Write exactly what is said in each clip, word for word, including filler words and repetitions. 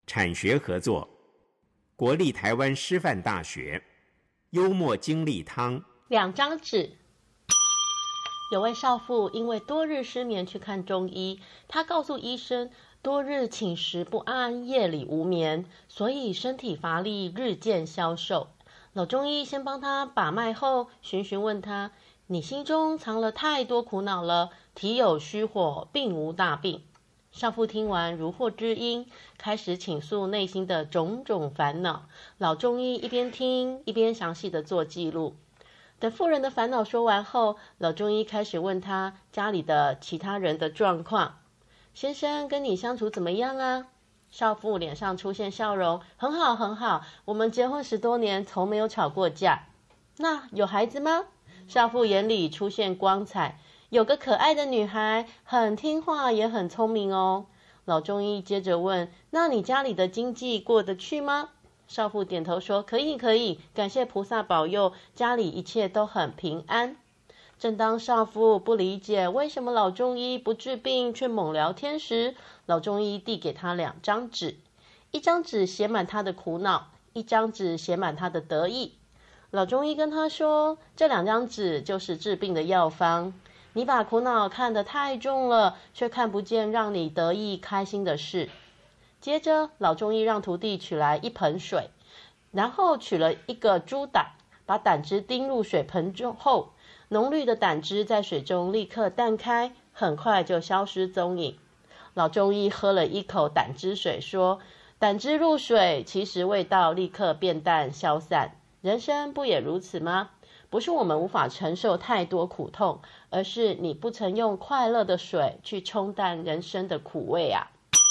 产学合作，国立台湾师范大学，幽默经历汤。 两张纸。有位少妇因为多日失眠去看中医，她告诉医生，多日寝食不安，夜里无眠，所以身体乏力，日渐消瘦。老中医先帮她把脉后，询询问她，你心中藏了太多苦恼了，体有虚火，并无大病。少妇听完如获知音，开始倾诉内心的种种烦恼。老中医一边听一边详细的做记录。等妇人的烦恼说完后，老中医开始问她家里的其他人的状况。先生跟你相处怎么样啊？少妇脸上出现笑容，很好很好，我们结婚十多年，从没有吵过架。那有孩子吗？少妇眼里出现光彩，有个可爱的女孩，很听话也很聪明哦。老中医接着问，那你家里的经济过得去吗？少妇点头说，可以可以，感谢菩萨保佑，家里一切都很平安。正当少妇不理解为什么老中医不治病却猛聊天时，老中医递给她两张纸，一张纸写满她的苦恼，一张纸写满她的得意。老中医跟她说，这两张纸就是治病的药方，你把苦恼看得太重了，却看不见让你得意开心的事。接着老中医让徒弟取来一盆水，然后取了一个猪胆，把胆汁滴入水盆中后，浓绿的胆汁在水中立刻淡开，很快就消失踪影。老中医喝了一口胆汁水说，胆汁入水，其实味道立刻变淡消散，人生不也如此吗？不是我们无法承受太多苦痛，而是你不曾用快乐的水去冲淡人生的苦味啊。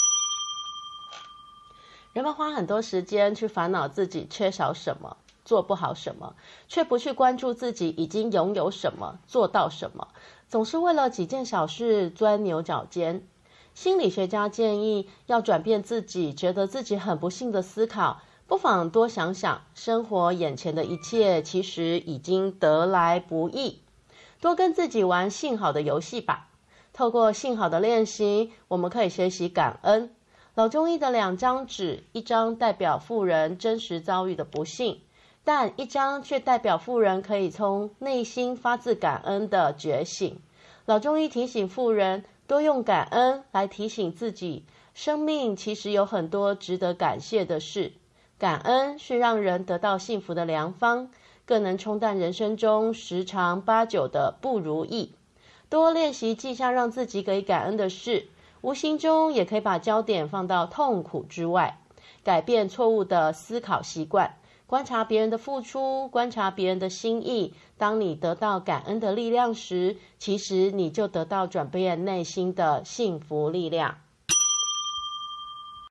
人们花很多时间去烦恼自己缺少什么，做不好什么，却不去关注自己已经拥有什么，做到什么，总是为了几件小事钻牛角尖。心理学家建议，要转变自己觉得自己很不幸的思考，不妨多想想，生活眼前的一切其实已经得来不易。多跟自己玩幸好的游戏吧。透过幸好的练习，我们可以学习感恩。老中医的两张纸，一张代表妇人真实遭遇的不幸，但一张却代表妇人可以从内心发自感恩的觉醒。老中医提醒妇人，多用感恩来提醒自己，生命其实有很多值得感谢的事。感恩是让人得到幸福的良方，更能冲淡人生中十常八九的不如意。多练习记下让自己可以感恩的事，无形中也可以把焦点放到痛苦之外，改变错误的思考习惯，观察别人的付出，观察别人的心意。当你得到感恩的力量时，其实你就得到转变内心的幸福力量。